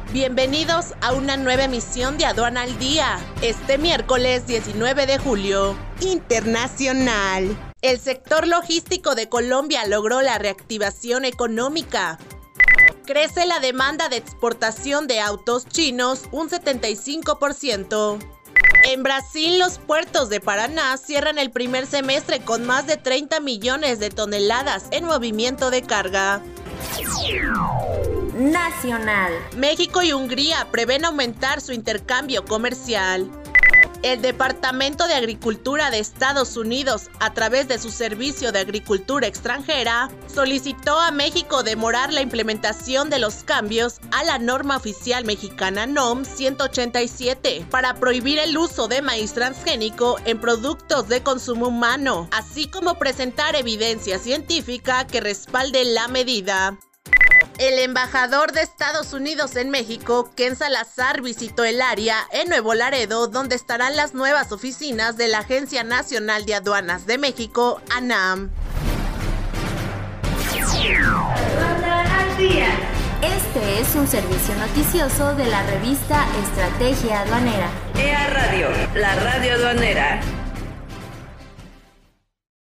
Bienvenidos a una nueva emisión de Aduana al Día, este miércoles 19 de julio. Internacional. El sector logístico de Colombia logró la reactivación económica. Crece la demanda de exportación de autos chinos un 75%. En Brasil, los puertos de Paraná cierran el primer semestre con más de 30 millones de toneladas en movimiento de carga. Nacional. México y Hungría prevén aumentar su intercambio comercial. El Departamento de Agricultura de Estados Unidos, a través de su Servicio de Agricultura Extranjera, solicitó a México demorar la implementación de los cambios a la norma oficial mexicana NOM 187 para prohibir el uso de maíz transgénico en productos de consumo humano, así como presentar evidencia científica que respalde la medida. El embajador de Estados Unidos en México, Ken Salazar, visitó el área en Nuevo Laredo, donde estarán las nuevas oficinas de la Agencia Nacional de Aduanas de México, ANAM. Aduana al Día. Este es un servicio noticioso de la revista Estrategia Aduanera. EA Radio, la radio aduanera.